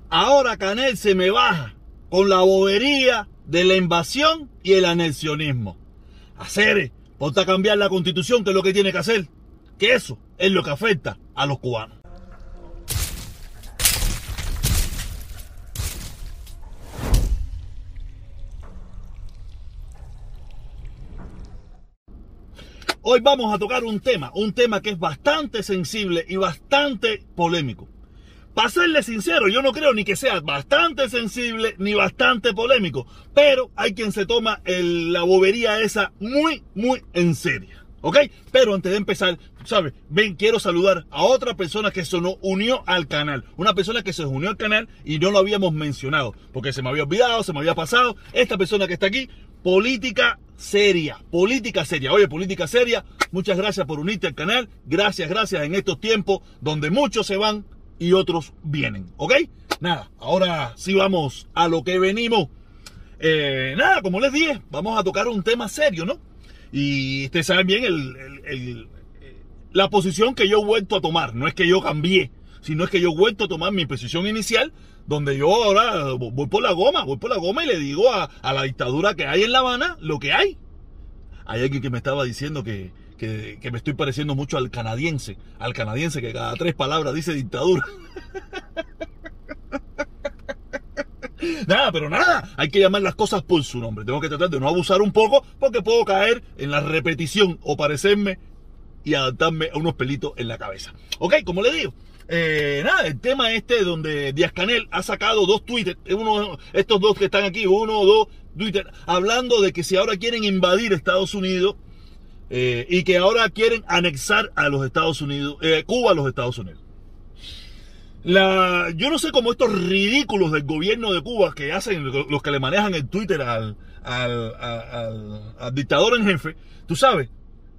Ahora Canel se me baja con la bobería de la invasión y el anexionismo. Hacer, ponte a cambiar la constitución, que es lo que tiene que hacer. Que eso es lo que afecta a los cubanos. Hoy vamos a tocar un tema que es bastante sensible y bastante polémico. Para serle sincero, yo no creo ni que sea bastante sensible ni bastante polémico, pero hay quien se toma la bobería esa muy en serio, ¿ok? Pero antes de empezar, ¿sabes? Quiero saludar a otra persona que se nos unió al canal. Una persona que se unió al canal y no lo habíamos mencionado, porque se me había olvidado, se me había pasado. Esta persona que está aquí, política seria. Oye, política seria, muchas gracias por unirte al canal. Gracias en estos tiempos donde muchos se van y otros vienen, ¿ok? Nada, ahora sí vamos a lo que venimos. Nada, como les dije, vamos a tocar un tema serio, ¿no? Y ustedes saben bien la posición que yo he vuelto a tomar. No es que yo cambié, sino es que yo he vuelto a tomar mi posición inicial, donde yo ahora voy por la goma y le digo a la dictadura que hay en La Habana lo que hay. Hay alguien que me estaba diciendo que me estoy pareciendo mucho al canadiense que cada 3 palabras dice dictadura. Nada, hay que llamar las cosas por su nombre. Tengo que tratar de no abusar un poco, porque puedo caer en la repetición o parecerme y adaptarme a unos pelitos en la cabeza. Ok, como le digo, el tema donde Díaz-Canel ha sacado 2 Twitter, estos 2 que están aquí, 1 o 2 Twitter, hablando de que si ahora quieren invadir Estados Unidos, y que ahora quieren anexar a los Estados Unidos, Cuba a los Estados Unidos. Yo no sé cómo estos ridículos del gobierno de Cuba que hacen, los que le manejan el Twitter al dictador en jefe, tú sabes,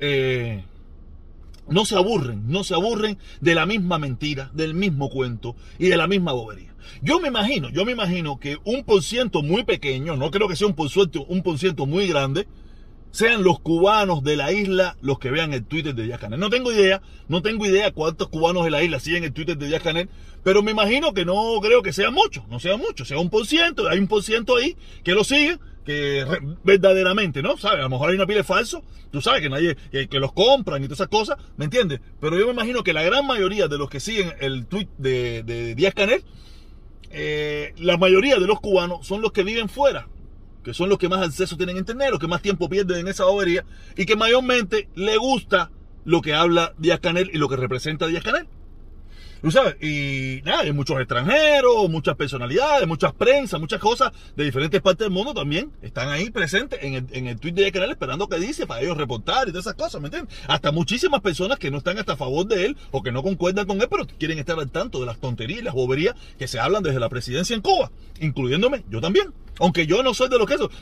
no se aburren de la misma mentira, del mismo cuento y de la misma bobería. Yo me imagino que un % muy pequeño, no creo que sea un % muy grande, sean los cubanos de la isla los que vean el Twitter de Díaz-Canel. No tengo idea cuántos cubanos de la isla siguen el Twitter de Díaz-Canel, pero me imagino que no creo que sean muchos, sea un %, hay un % ahí que lo sigue, que verdaderamente, ¿no? ¿Sabes? A lo mejor hay una pila de falsos, tú sabes que nadie, que los compran y todas esas cosas, ¿me entiendes? Pero yo me imagino que la gran mayoría de los que siguen el tweet de Díaz-Canel, la mayoría de los cubanos son los que viven fuera, que son los que más acceso tienen a internet, los que más tiempo pierden en esa bobería y que mayormente le gusta lo que habla Díaz-Canel y lo que representa Díaz-Canel. ¿Tú sabes? Y nada, hay muchos extranjeros, muchas personalidades, muchas prensas, muchas cosas de diferentes partes del mundo también están ahí presentes en el tweet de Díaz-Canel esperando que dice para ellos reportar y todas esas cosas, ¿me entiendes? Hasta muchísimas personas que no están hasta a favor de él o que no concuerdan con él, pero quieren estar al tanto de las tonterías y las boberías que se hablan desde la presidencia en Cuba, incluyéndome, yo también. Aunque yo no soy de los que eso.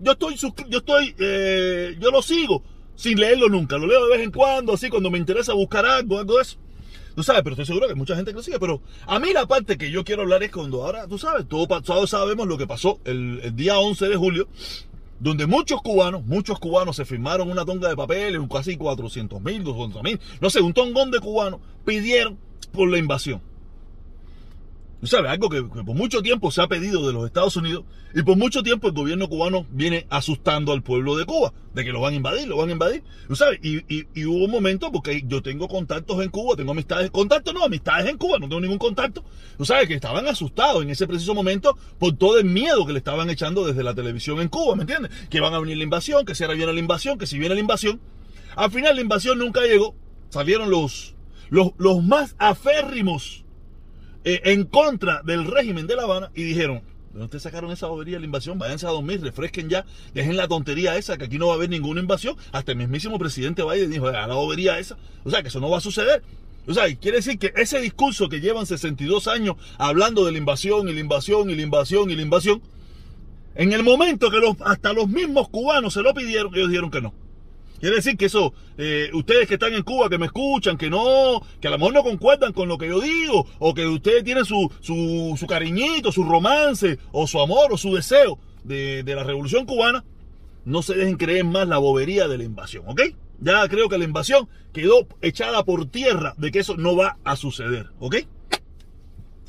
Yo lo sigo sin leerlo nunca. Lo leo de vez en cuando, así cuando me interesa buscar algo de eso. Tú sabes, pero estoy seguro que hay mucha gente que lo sigue. Pero a mí la parte que yo quiero hablar es cuando ahora, tú sabes, todos sabemos lo que pasó el día 11 de julio, donde muchos cubanos se firmaron una tonga de papeles, casi 400.000, 200.000, no sé, un tongón de cubanos pidieron por la invasión. Tú sabes, algo que por mucho tiempo se ha pedido de los Estados Unidos y por mucho tiempo el gobierno cubano viene asustando al pueblo de Cuba, de que lo van a invadir. Tú sabes, y hubo un momento, porque yo tengo contactos en Cuba, tengo amistades en Cuba, no tengo ningún contacto. Tú sabes, que estaban asustados en ese preciso momento por todo el miedo que le estaban echando desde la televisión en Cuba, ¿me entiendes? Que van a venir la invasión, que si ahora viene la invasión, que si viene la invasión. Al final la invasión nunca llegó, salieron los más aférrimos en contra del régimen de La Habana y dijeron: ¿de dónde sacaron esa bobería de la invasión? Váyanse a dormir, refresquen ya, dejen la tontería esa, que aquí no va a haber ninguna invasión. Hasta el mismísimo presidente Biden dijo: a la bobería esa, o sea, que eso no va a suceder. O sea, quiere decir que ese discurso que llevan 62 años hablando de la invasión y la invasión y la invasión y la invasión, en el momento que hasta los mismos cubanos se lo pidieron, ellos dijeron que no. Quiere decir que eso, ustedes que están en Cuba, que me escuchan, que a lo mejor no concuerdan con lo que yo digo, o que ustedes tienen su cariñito, su romance, o su amor, o su deseo de la revolución cubana, no se dejen creer más la bobería de la invasión, ¿ok? Ya creo que la invasión quedó echada por tierra de que eso no va a suceder, ¿ok?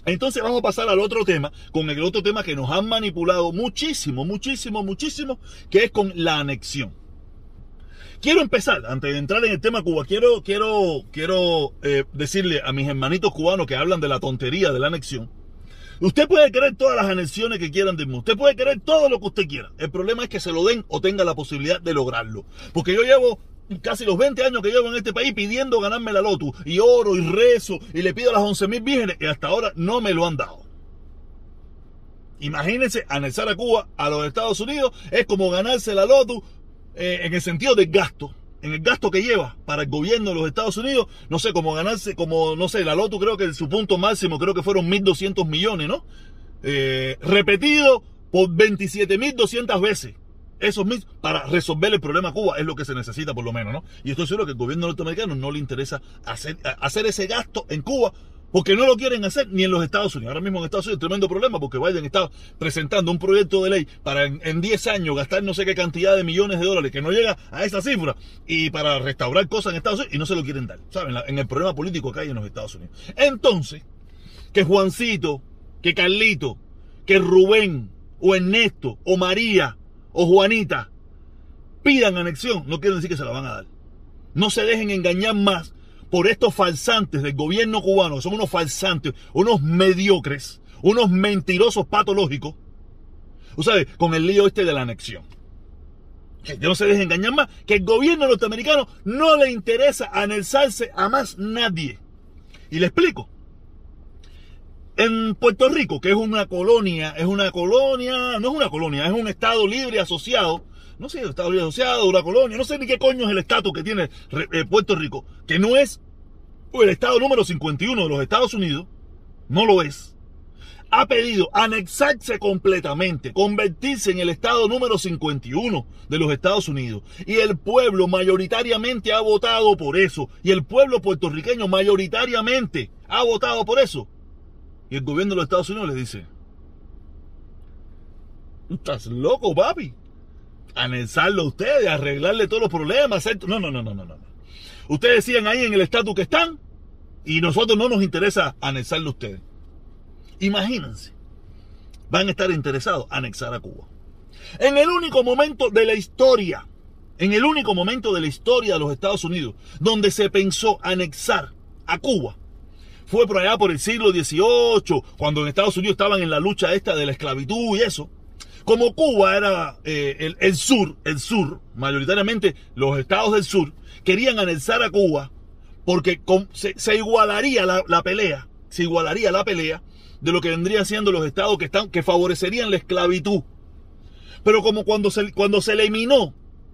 Entonces vamos a pasar al otro tema, con el otro tema que nos han manipulado muchísimo, que es con la anexión. Quiero empezar, antes de entrar en el tema Cuba, quiero decirle a mis hermanitos cubanos que hablan de la tontería de la anexión. Usted puede querer todas las anexiones que quieran del mundo. Usted puede querer todo lo que usted quiera. El problema es que se lo den o tenga la posibilidad de lograrlo. Porque yo llevo casi los 20 años que llevo en este país pidiendo ganarme la loto. Y oro y rezo y le pido a las 11.000 vírgenes y hasta ahora no me lo han dado. Imagínense, anexar a Cuba a los Estados Unidos es como ganarse la loto en el sentido del gasto. En el gasto que lleva para el gobierno de los Estados Unidos, no sé, como ganarse, la loto creo que su punto máximo creo que fueron 1.200 millones, ¿no? Repetido por 27.200 veces. Esos mismos, para resolver el problema a Cuba, es lo que se necesita por lo menos, ¿no? Y estoy seguro que el gobierno norteamericano no le interesa hacer ese gasto en Cuba, porque no lo quieren hacer ni en los Estados Unidos. Ahora mismo en Estados Unidos es tremendo problema porque Biden está presentando un proyecto de ley para en 10 años gastar no sé qué cantidad de millones de dólares que no llega a esa cifra y para restaurar cosas en Estados Unidos y no se lo quieren dar, ¿saben? En el problema político que hay en los Estados Unidos. Entonces, que Juancito, que Carlito, que Rubén o Ernesto o María o Juanita pidan anexión, no quiere decir que se la van a dar. No se dejen engañar más por estos falsantes del gobierno cubano, que son unos falsantes, unos mediocres, unos mentirosos patológicos, ¿sabes? Con el lío este de la anexión. Que no se dejen engañar más, que el gobierno norteamericano no le interesa anexarse a más nadie. Y le explico. En Puerto Rico, que es una colonia, no es una colonia, es un estado libre asociado. No sé, Estado Libre Asociado, una colonia, no sé ni qué coño es el estatus que tiene Puerto Rico, que no es el estado número 51 de los Estados Unidos, no lo es. Ha pedido anexarse completamente, convertirse en el estado número 51 de los Estados Unidos. Y el pueblo mayoritariamente ha votado por eso. Y el pueblo puertorriqueño mayoritariamente ha votado por eso. Y el gobierno de los Estados Unidos les dice: ¿tú estás loco, papi? Anexarlo a ustedes, arreglarle todos los problemas. No. Ustedes siguen ahí en el estatus que están y nosotros no nos interesa anexarlo a ustedes. Imagínense, van a estar interesados en anexar a Cuba. En el único momento de la historia, de los Estados Unidos, donde se pensó anexar a Cuba, fue por allá por el siglo XVIII, cuando en Estados Unidos estaban en la lucha esta de la esclavitud y eso. Como Cuba era el sur, mayoritariamente los estados del sur, querían anexar a Cuba porque se igualaría la pelea de lo que vendrían siendo los estados que favorecerían la esclavitud. Pero como cuando se eliminó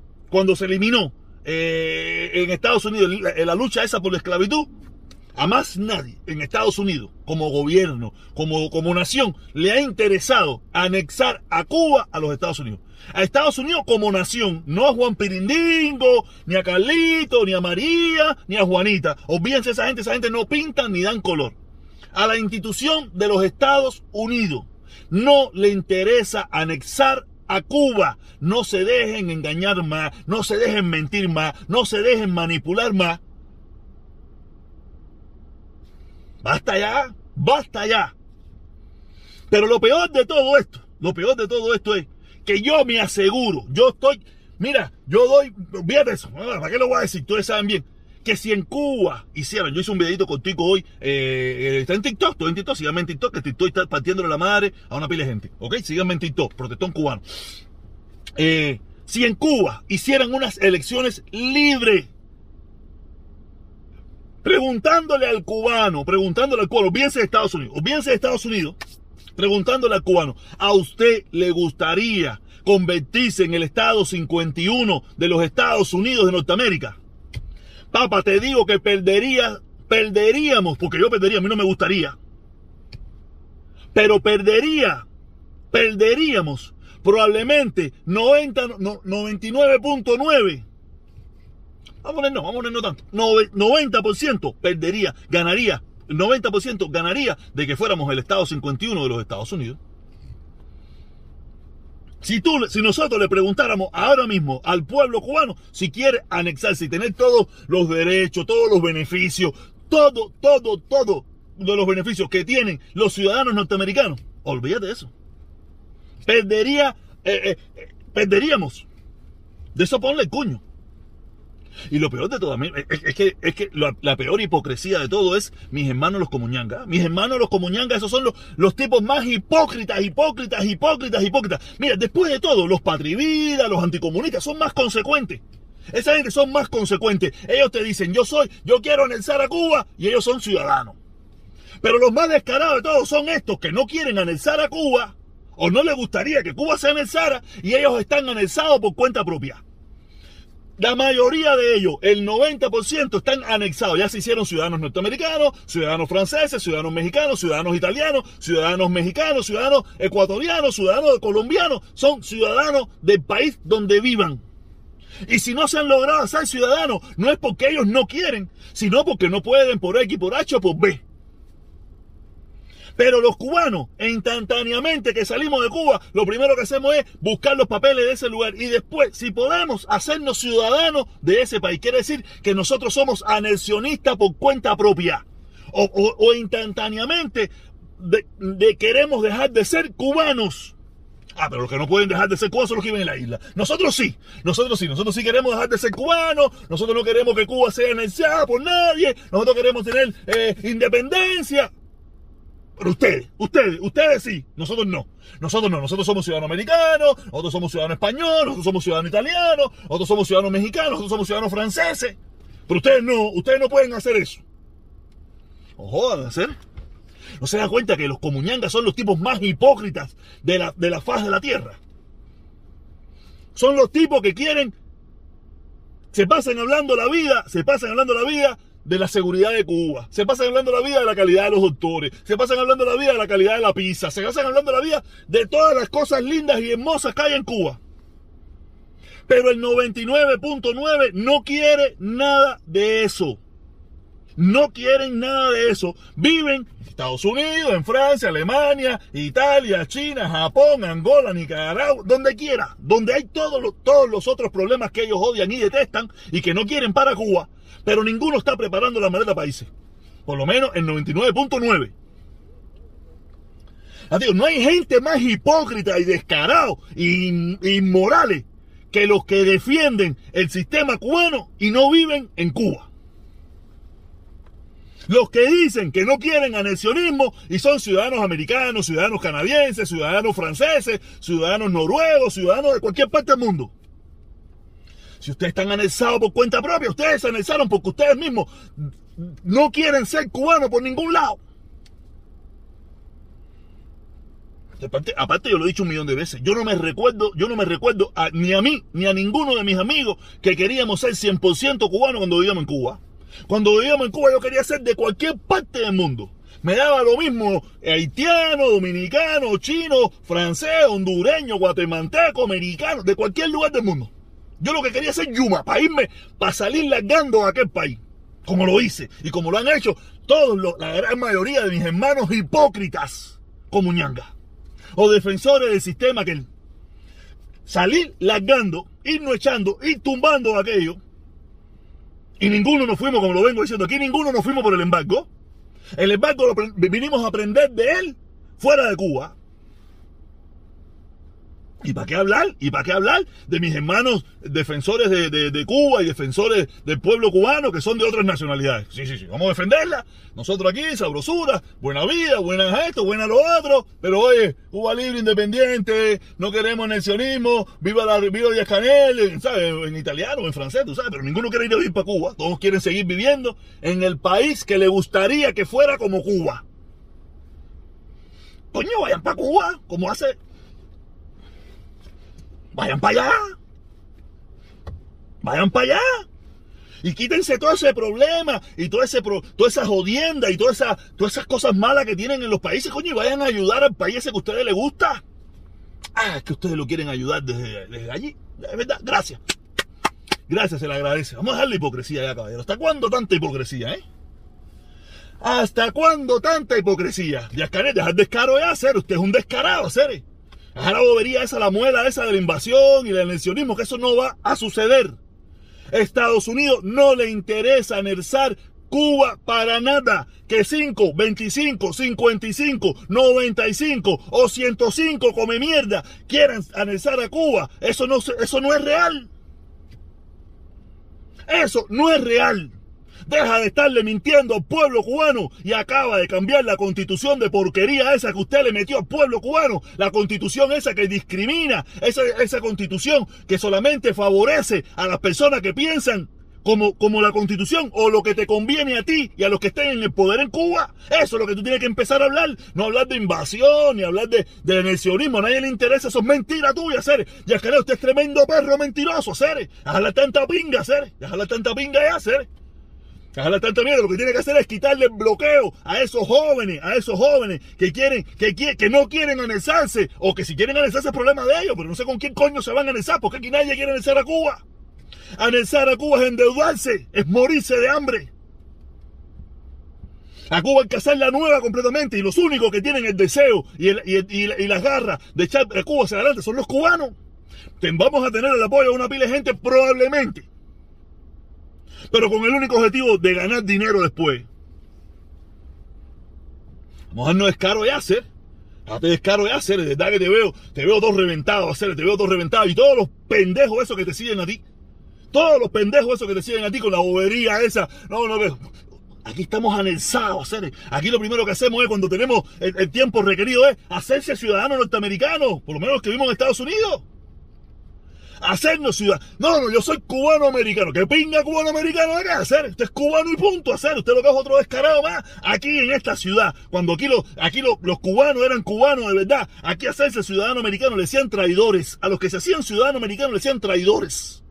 en Estados Unidos la lucha esa por la esclavitud, a más nadie en Estados Unidos, como gobierno, como nación, le ha interesado anexar a Cuba a los Estados Unidos. A Estados Unidos como nación, no a Juan Pirindingo, ni a Carlito, ni a María, ni a Juanita. Olvídense esa gente no pintan ni dan color. A la institución de los Estados Unidos no le interesa anexar a Cuba. No se dejen engañar más, no se dejen mentir más, no se dejen manipular más. Basta ya. Pero lo peor de todo esto es que yo me aseguro, fíjate eso, ¿para qué lo voy a decir? Ustedes saben bien, que si en Cuba hicieran, yo hice un videito contigo hoy, está en TikTok, síganme en TikTok, que TikTok está partiéndole la madre a una pila de gente, ¿ok? Síganme en TikTok, Protestón Cubano. Si en Cuba hicieran unas elecciones libres, preguntándole al cubano, olvídense de Estados Unidos, preguntándole al cubano, ¿a usted le gustaría convertirse en el estado 51 de los Estados Unidos de Norteamérica? Papá, te digo que perderíamos, porque yo perdería, a mí no me gustaría, pero perderíamos probablemente 99.9. Vamos a poner no tanto. 90% ganaría 90% ganaría de que fuéramos el estado 51 de los Estados Unidos. Si nosotros le preguntáramos ahora mismo al pueblo cubano si quiere anexarse y tener todos los derechos, todos los beneficios, todo de los beneficios que tienen los ciudadanos norteamericanos, olvídate de eso. Perderíamos. De eso ponle el cuño. Y lo peor de todo, es que la peor hipocresía de todo es mis hermanos los comuñangas. Mis hermanos los comuñangas, esos son los tipos más hipócritas. Mira, después de todo, los patrividas, los anticomunistas son más consecuentes. Esa gente son más consecuentes. Ellos te dicen, yo quiero anexar a Cuba, y ellos son ciudadanos. Pero los más descarados de todos son estos que no quieren anexar a Cuba, o no les gustaría que Cuba se anexara, y ellos están anexados por cuenta propia. La mayoría de ellos, el 90%, están anexados. Ya se hicieron ciudadanos norteamericanos, ciudadanos franceses, ciudadanos mexicanos, ciudadanos italianos, ciudadanos mexicanos, ciudadanos ecuatorianos, ciudadanos colombianos. Son ciudadanos del país donde vivan. Y si no se han logrado hacer ciudadanos, no es porque ellos no quieren, sino porque no pueden por X, por H o por B. Pero los cubanos, instantáneamente que salimos de Cuba, lo primero que hacemos es buscar los papeles de ese lugar. Y después, si podemos hacernos ciudadanos de ese país, quiere decir que nosotros somos anexionistas por cuenta propia. O instantáneamente queremos dejar de ser cubanos. Pero los que no pueden dejar de ser cubanos son los que viven en la isla. Nosotros sí queremos dejar de ser cubanos. Nosotros no queremos que Cuba sea anexada por nadie. Nosotros queremos tener independencia. Pero ustedes sí, nosotros no. Nosotros somos ciudadanos americanos, nosotros somos ciudadanos españoles, nosotros somos ciudadanos italianos, nosotros somos ciudadanos mexicanos, nosotros somos ciudadanos franceses. Pero ustedes no pueden hacer eso. Ojo, van a hacer. ¿No se dan cuenta que los comuñangas son los tipos más hipócritas de la faz de la tierra? Son los tipos que quieren, se pasan hablando la vida de la seguridad de Cuba, se pasan hablando la vida de la calidad de los doctores, se pasan hablando la vida de la calidad de la pizza, se pasan hablando la vida de todas las cosas lindas y hermosas que hay en Cuba. Pero el 99.9 no quiere nada de eso. No quieren nada de eso. Viven en Estados Unidos, en Francia, Alemania, Italia, China, Japón, Angola, Nicaragua, donde quiera, donde hay todos los otros problemas que ellos odian y detestan y que no quieren para Cuba. Pero ninguno está preparando la maleta para irse. Por lo menos el 99.9. No hay gente más hipócrita y descarado y inmorales que los que defienden el sistema cubano y no viven en Cuba. Los que dicen que no quieren anexionismo y son ciudadanos americanos, ciudadanos canadienses, ciudadanos franceses, ciudadanos noruegos, ciudadanos de cualquier parte del mundo. Si ustedes están anexados por cuenta propia, ustedes se anexaron porque ustedes mismos no quieren ser cubanos por ningún lado. Aparte yo lo he dicho 1.000.000 de veces, yo no me recuerdo ni a mí ni a ninguno de mis amigos que queríamos ser 100% cubanos cuando vivíamos en Cuba. Cuando vivíamos en Cuba yo quería ser de cualquier parte del mundo. Me daba lo mismo haitiano, dominicano, chino, francés, hondureño, guatemalteco, americano, de cualquier lugar del mundo. Yo lo que quería ser Yuma, para salir largando a aquel país, como lo hice y como lo han hecho la gran mayoría de mis hermanos hipócritas comuñangas o defensores del sistema que salir largando, irnos echando, ir tumbando aquello. Y ninguno nos fuimos, como lo vengo diciendo aquí, ninguno nos fuimos por el embargo. El embargo vinimos a aprender de él fuera de Cuba. ¿Y para qué hablar? De mis hermanos defensores de Cuba y defensores del pueblo cubano que son de otras nacionalidades? Sí, vamos a defenderla. Nosotros aquí, sabrosura, buena vida, buena esto, buena lo otro. Pero oye, Cuba libre, independiente, no queremos anexionismo, viva Díaz-Canel, ¿sabes? En italiano, en francés, tú sabes, pero ninguno quiere ir a vivir para Cuba. Todos quieren seguir viviendo en el país que le gustaría que fuera como Cuba. Coño, vayan para Cuba, como hace... Vayan para allá. Y quítense todo ese problema y toda esa jodienda y todas esas cosas malas que tienen en los países, coño, y vayan a ayudar al país ese que a ustedes les gusta. Es que ustedes lo quieren ayudar desde allí. Es verdad, gracias. Gracias, se le agradece. Vamos a dejar la hipocresía ya, caballero. ¿Hasta cuándo tanta hipocresía, ¿Hasta cuándo tanta hipocresía? Díaz-Canel, deja el descaro ya, hacer. Usted es un descarado, hacer. Dejar la bobería esa, la muela esa de la invasión y del anexionismo, que eso no va a suceder. Estados Unidos no le interesa anexar Cuba para nada. Que 5, 25, 55, 95 o 105 come mierda quieran anexar a Cuba. Eso no es real. Eso no es real. Deja de estarle mintiendo al pueblo cubano y acaba de cambiar la constitución de porquería esa que usted le metió al pueblo cubano. La constitución esa que discrimina, esa constitución que solamente favorece a las personas que piensan como la constitución o lo que te conviene a ti y a los que estén en el poder en Cuba. Eso es lo que tú tienes que empezar a hablar. No hablar de invasión ni hablar de anexionismo. A nadie le interesa. Eso es mentira tuya, Ceres. Yacaré, usted es tremendo perro mentiroso, Ceres. Déjala tanta pinga, Ceres. Déjala tanta pinga ya, Ceres. Déjala tanta mierda. Lo que tiene que hacer es quitarle el bloqueo a esos jóvenes que no quieren anexarse, o que si quieren anexarse es problema de ellos, pero no sé con quién coño se van a anexar, porque aquí nadie quiere anexar a Cuba. Anexar a Cuba es endeudarse, es morirse de hambre. A Cuba hay que hacerla nueva completamente, y los únicos que tienen el deseo y las garras de echar a Cuba hacia adelante son los cubanos. Vamos a tener el apoyo de una pila de gente probablemente, pero con el único objetivo de ganar dinero después. Vamos a darnos descaro ya, hacer. Date descaro ya, hacer. De verdad que te veo todo reventado, hacer. Te veo todo reventado. Y todos los pendejos esos que te siguen a ti. Todos los pendejos esos que te siguen a ti con la bobería esa. No veo. Aquí estamos anexados, hacer. Aquí lo primero que hacemos es, cuando tenemos el tiempo requerido, es hacerse ciudadanos norteamericanos. Por lo menos los que vivimos en Estados Unidos. Hacernos ciudadanos. No, yo soy cubano-americano. ¿Qué pinga cubano-americano acá, hacer? Usted es cubano y punto, hacer. Usted lo que es otro descarado más. Aquí en esta ciudad, cuando aquí los cubanos eran cubanos de verdad, aquí hacerse ciudadano americano le decían traidores. A los que se hacían ciudadano americano le decían traidores.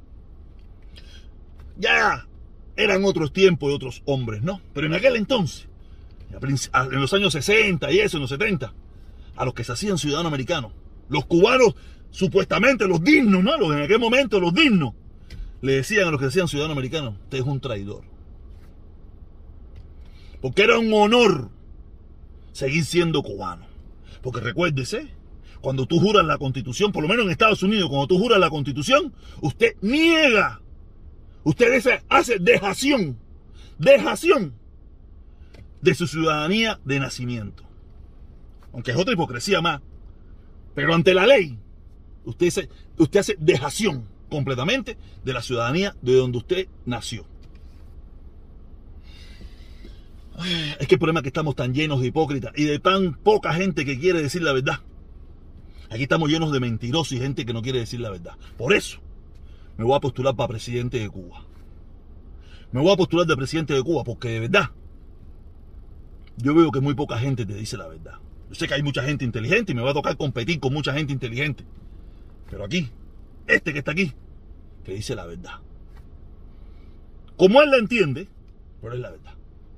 Ya eran otros tiempos y otros hombres, ¿no? Pero en aquel entonces, en los años 60 y eso, en los 70, a los que se hacían ciudadano americano, los cubanos, supuestamente los dignos, ¿no? En aquel momento los dignos, le decían a los que se hacían ciudadano americano: usted es un traidor. Porque era un honor seguir siendo cubano. Porque recuérdese, cuando tú juras la Constitución, por lo menos en Estados Unidos, cuando tú juras la Constitución, usted niega, usted hace dejación de su ciudadanía de nacimiento. Aunque es otra hipocresía más. Pero ante la ley, usted hace dejación completamente de la ciudadanía de donde usted nació. Es que el problema es que estamos tan llenos de hipócritas y de tan poca gente que quiere decir la verdad. Aquí estamos llenos de mentirosos y gente que no quiere decir la verdad. Por eso me voy a postular para presidente de Cuba. Me voy a postular de presidente de Cuba porque de verdad yo veo que muy poca gente te dice la verdad. Yo sé que hay mucha gente inteligente y me va a tocar competir con mucha gente inteligente. Pero aquí, que está aquí, que dice la verdad. Como él la entiende, pero es la verdad.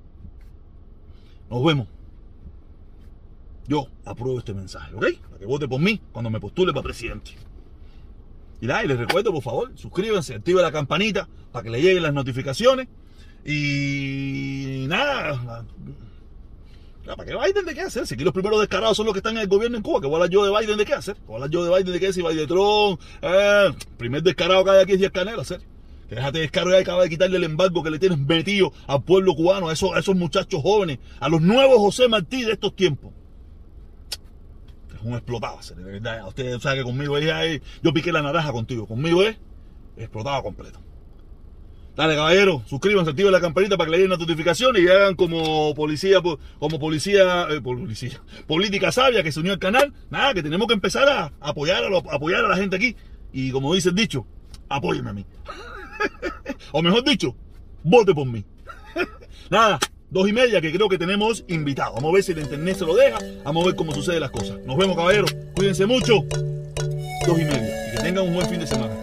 Nos vemos. Yo apruebo este mensaje, ¿ok? Para que vote por mí cuando me postule para presidente. Y les recuerdo, por favor, suscríbanse, activen la campanita para que le lleguen las notificaciones. Y nada, ¿para qué Biden de qué hacer? Si aquí los primeros descarados son los que están en el gobierno en Cuba, que voy a hablar yo de Biden de qué hacer. Voy a hablar yo de Biden de qué hacer, si Biden de Trump. Primer descarado que hay aquí es Díaz Canel, hacer. Que déjate descaro ya, acaba de quitarle el embargo que le tienes metido al pueblo cubano, a esos muchachos jóvenes, a los nuevos José Martí de estos tiempos. Es un explotado, hacer, de verdad. Ustedes saben que conmigo yo piqué la naranja contigo. Conmigo es explotado completo. Dale, caballero, suscríbanse, activen la campanita para que le den las notificaciones y hagan como política sabia que se unió al canal. Nada, que tenemos que empezar a apoyar a la gente aquí. Y como dice el dicho, apóyeme a mí. O mejor dicho, vote por mí. Nada, 2:30 que creo que tenemos invitados. Vamos a ver si el internet se lo deja. Vamos a ver cómo suceden las cosas. Nos vemos, caballeros. Cuídense mucho. 2:30. Y que tengan un buen fin de semana.